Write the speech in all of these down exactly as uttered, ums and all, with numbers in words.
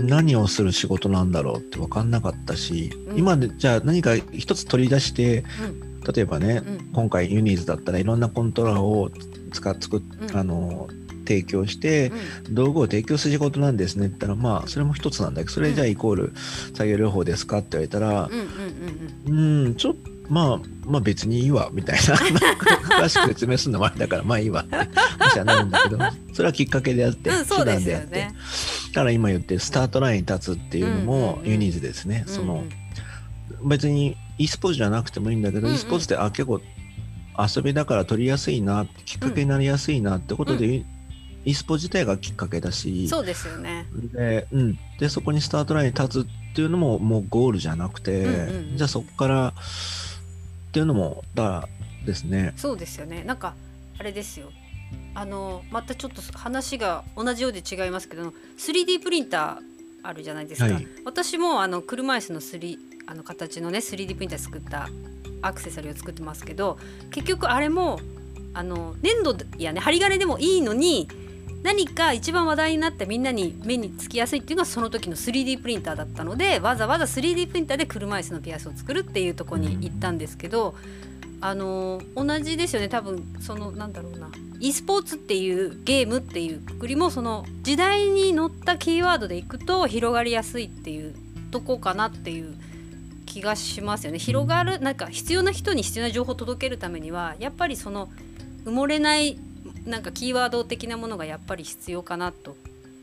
何をする仕事なんだろうって分かんなかったし、 うん、 今でじゃあ何か一つ取り出して、うん、例えばね、うん、今回ユニーズだったらいろんなコントローラーを使っ作っ、うん、あの提供して、うん、道具を提供する仕事なんですねって言ったら、まあそれも一つなんだけど、それじゃあイコール作業療法ですかって言われたら、うん、うんうん、ちょっとまあまあ別にいいわみたいな詳しく説明するのもあれだからまあいいわってもしはなるんだけど、それはきっかけであって、 うん、 手段であって、だから今言ってるスタートラインに立つっていうのもユニーズですね。うんうんうん、その別に e スポーツじゃなくてもいいんだけど、うんうん、e スポーツってあ結構遊びだから取りやすいな、きっかけになりやすいなってことで、うん、e スポ自体がきっかけだし、 そうですよね。 で、うん、でそこにスタートラインに立つっていうのももうゴールじゃなくて、うんうんうん、じゃあそこからっていうのもだですね。 そうですよね。なんかあれですよ。あのまたちょっと話が同じようで違いますけど スリーディー プリンターあるじゃないですか、はい、私もあの車椅子の3あの形のね スリーディー プリンター作ったアクセサリーを作ってますけど、結局あれもあの粘土やね針金でもいいのに何か一番話題になってみんなに目につきやすいっていうのがその時の スリーディー プリンターだったので、わざわざ スリーディー プリンターで車椅子のピアスを作るっていうところに行ったんですけど、あの同じですよね。多分そのなんだろうな e スポーツっていうゲームっていうくくりもその時代に乗ったキーワードでいくと広がりやすいっていうとこかなっていう気がしますよね。広がるなんか必要な人に必要な情報を届けるためにはやっぱりその埋もれないなんかキーワード的なものがやっぱり必要かなと。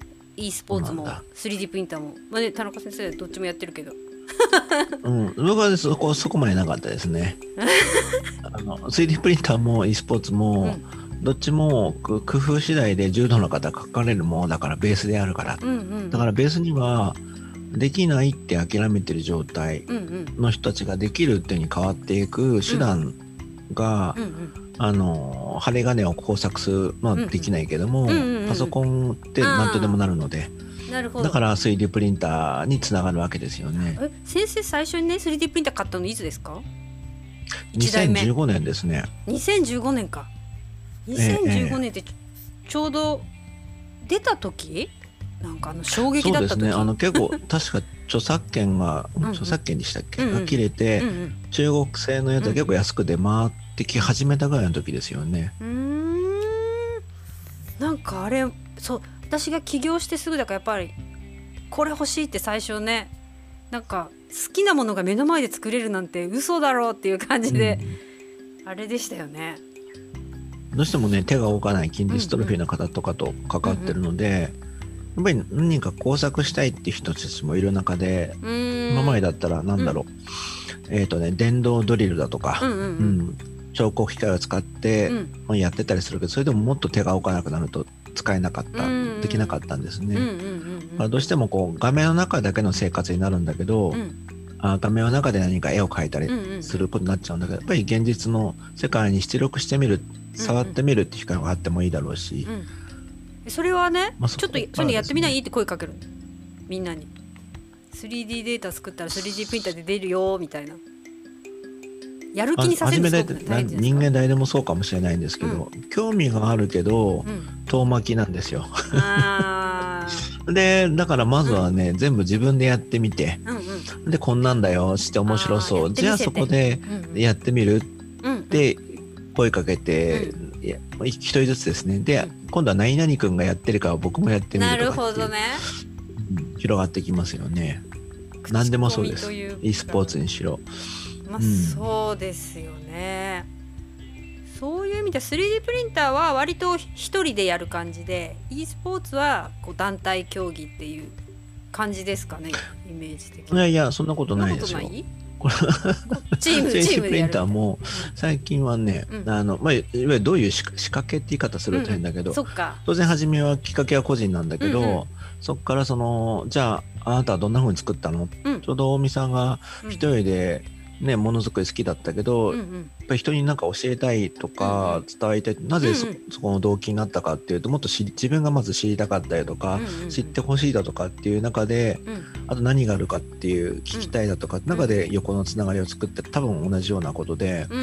e スポーツも スリーディー プリンターも、まあね、田中先生どっちもやってるけどうん、僕はそこそこまでなかったですねあの スリーディー プリンターも e スポーツも、うん、どっちも工夫次第で重度の方が書かれるものだからベースであるから、うんうん、だからベースにはできないって諦めてる状態の人たちができるっていうに変わっていく手段が、うんうん、あの針金を工作するのはできないけども、うんうんうん、パソコンって何とでもなるので、 なるほど。 だから スリーディー プリンターにつながるわけですよね。 え先生最初にね スリーディー プリンター買ったのいつですか？ にせんじゅうごねんですね。 にせんじゅうごねんか。にせんじゅうごねんってちょうど出た時、なんかあの衝撃だった時。 そうですね。あの結構確か著作権が著作権でしたっけ、うんうん、が切れて、うんうん、中国製のやつが結構安く出回ってき始めたぐらいの時ですよね。 うーん、なんかあれそう私が起業してすぐだからやっぱりこれ欲しいって最初ね、なんか好きなものが目の前で作れるなんて嘘だろうっていう感じで、うん、あれでしたよね。 どうしてもね手が動かない筋ディストロフィーの方とかと関わってるので、うんうん、やっぱり何か工作したいっていう人たちもいる中で、今までだったらなんだろう、うん、えっとね電動ドリルだとか、うんうんうんうん、彫刻機械を使ってやってたりするけど、それでももっと手が動かなくなると使えなかった、うんうん、できなかったんですね、うんうんうんうん、どうしてもこう画面の中だけの生活になるんだけど、うん、あ画面の中で何か絵を描いたりすることになっちゃうんだけど、やっぱり現実の世界に出力してみる、触ってみるっていう機会があってもいいだろうし、うんうん、それはね、まあ、ちょっとそういうのやってみないって声かけるみんなに スリーディー データ作ったら スリーディー プリンターで出るよみたいな、やる気にさせるのすごく大変ですか？ 人間誰でもそうかもしれないんですけど、うん、興味があるけど、うん、遠巻きなんですよあでだからまずはね、うん、全部自分でやってみて、うんうん、でこんなんだよして面白そう、じゃあそこでやってみるって声かけて、うんうん、いや一人ずつですね。で、うん、今度は何々くんがやってるかを僕もやってみるとかっていう、なるほどね、うん、広がってきますよね。何でもそうです。e スポーツにしろ、 まあ、そうですよね、うん、そういう意味で スリーディー プリンターは割と一人でやる感じで e スポーツはこう団体競技っていう感じですかね、イメージ的に。 いやいやそんなことないですよ。これチームチームプリンターも最近はね、うん、あのまあ、いわゆるどういう仕掛けって言い方すると変だけど、うん、当然初めはきっかけは個人なんだけど、うんうん、そこからそのじゃああなたはどんな風に作ったの、うん、ちょうど大見さんが一人でね、ものづくり好きだったけど、うんうん、やっぱり人に何か教えたいとか伝えたい、うんうん、なぜ そ,、うんうん、そこの動機になったかっていうと、もっと知自分がまず知りたかったりとか、うんうん、知ってほしいだとかっていう中で、うん、あと何があるかっていう聞きたいだとか、うん、中で横のつながりを作って多分同じようなことで、うん、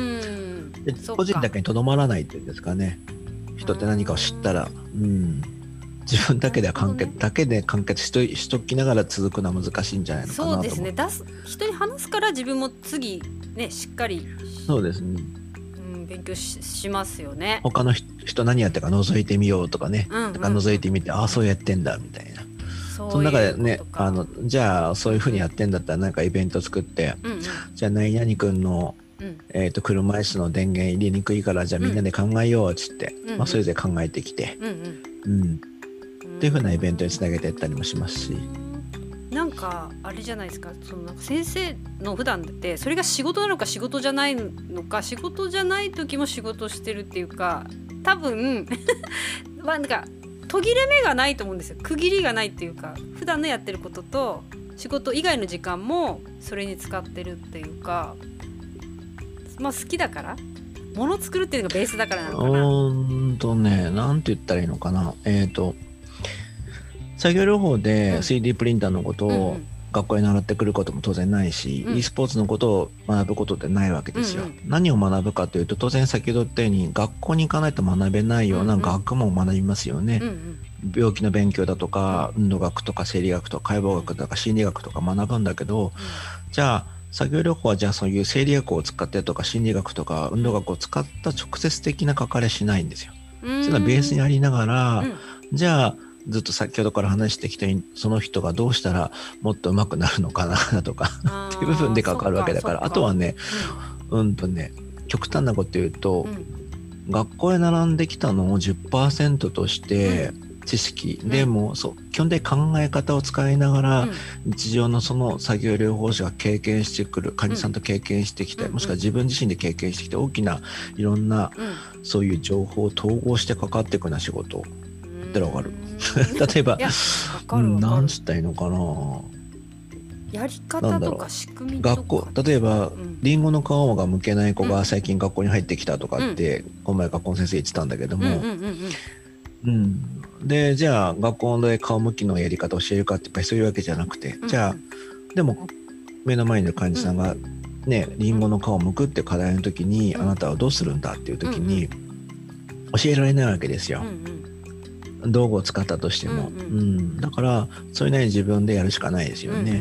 で個人だけにとどまらないっていうんですかね、人って何かを知ったら、うん、 自分だけでは完結、ね、だけで完結しと、しときながら続くのは難しいんじゃないのかなと思う。 そうですね。出す人に話すから自分も次ねしっかりそうですね、 うん、勉強 し, しますよね。 他の人何やってるか覗いてみようとかね、 うんうんうん、 とか覗いてみて、ああそうやってんだみたいな。 そ, その中でね、あのじゃあそういう風にやってんだったらなんかイベント作って、うんうん、じゃあ何々くんの、うんえー、と車椅子の電源入れにくいからじゃあみんなで考えようっつって、うんうんまあ、それで考えてきて、うんうんうん、っていう風なイベントにつなげていったりもしますし、 なんかあれじゃないですか、そのなんか先生の普段ってそれが仕事なのか仕事じゃないのか、仕事じゃない時も仕事してるっていうか、多分まあなんか途切れ目がないと思うんですよ。区切りがないっていうか、普段のやってることと仕事以外の時間もそれに使ってるっていうか、まあ好きだからもの作るっていうのがベースだからなのかな。うーんとね、なんて言ったらいいのかな、えっと作業療法で スリーディー プリンターのことを学校に習ってくることも当然ないし、うん、e スポーツのことを学ぶことってないわけですよ、うんうん、何を学ぶかというと、当然先ほど言ったように学校に行かないと学べないような学問を学びますよね、うんうん、病気の勉強だとか、うん、運動学とか生理学とか解剖学とか心理学とか学ぶんだけど、うん、じゃあ作業療法はじゃあそういう生理学を使ってとか心理学とか運動学を使った直接的な関わりはしないんですよ、うん、それはベースにありながら、うん、じゃあずっと先ほどから話してきたように、その人がどうしたらもっと上手くなるのかなとかっていう部分で関わるわけだから、あとはね、うん、うんとね極端なこと言うと、うん、学校へ並んできたのを じゅっパーセント として知識、うん、でもそう基本的に考え方を使いながら、うん、日常のその作業療法士が経験してくる患者さんと経験してきて、うん、もしくは自分自身で経験してきて大きないろんな、うん、そういう情報を統合して関わっていくような仕事ってのがわかる例えばうん、なんつったらいいのかな、 やり方とか仕組みとか、 学校例えば、うん、リンゴの皮が剥けない子が最近学校に入ってきたとかって、うん、この前学校の先生言ってたんだけども、うんうんうんうんうん、でじゃあ学校で皮剥きのやり方を教えるかってやっぱりそういうわけじゃなくて、うん、じゃあでも目の前にいる患者さんがね、リンゴの皮を剥くって課題の時に、うん、あなたはどうするんだっていう時に、うんうん、教えられないわけですよ、うんうん、道具を使ったとしても、うんうんうん、だからそれなりに自分でやるしかないですよね。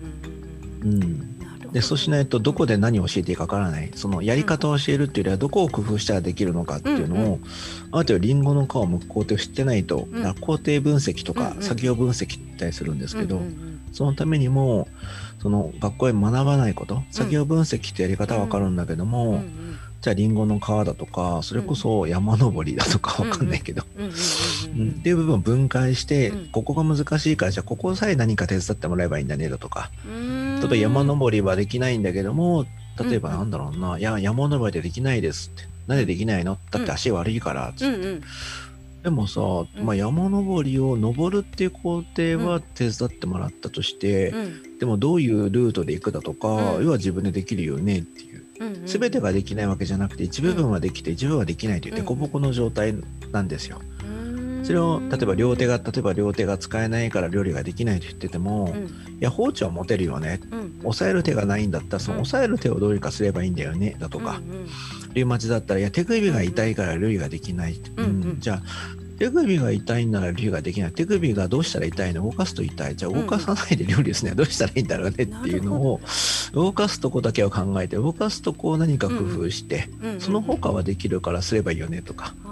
でそうしないとどこで何を教えていいかわからない、そのやり方を教えるっていうよりはどこを工夫したらできるのかっていうのを、うんうん、ある程度リンゴの皮を剥く工程を知ってないと、うん、工程分析とか作業分析って言ったりするんですけど、うんうんうん、そのためにもその学校へ学ばないこと、作業分析ってやり方はわかるんだけども、うんうんうん、じゃあリンゴの皮だとかそれこそ山登りだとかわかんないけどっていう部分を分解して、うん、ここが難しいからじゃあここさえ何か手伝ってもらえばいいんだねだとか、例えば山登りはできないんだけども、例えばなんだろうな、うんうん、いや山登りでできないですって、なんでできないの、だって足悪いからっつって、うんうん、でもさ、まあ、山登りを登るっていう工程は手伝ってもらったとして、うん、でもどういうルートで行くだとか、うん、要は自分でできるよねっていう、うんうん、全てができないわけじゃなくて一部分はできて一部分はできないという凸凹の状態なんですよ。それを例えば両手が例えば両手が使えないから料理ができないと言ってても、うん、いや包丁は持てるよね、うん、押さえる手がないんだったらその押さえる手をどうにかすればいいんだよねだとか、うんうん、リウマチだったらいや手首が痛いから料理ができない、うんうん、じゃあ手首が痛いなら料理ができない、手首がどうしたら痛いの、動かすと痛い、じゃあ動かさないで料理ですね、うん、どうしたらいいんだろうねっていうのを動かすとこだけを考えて動かすとこを何か工夫して、うんうん、その他はできるからすればいいよねとか、う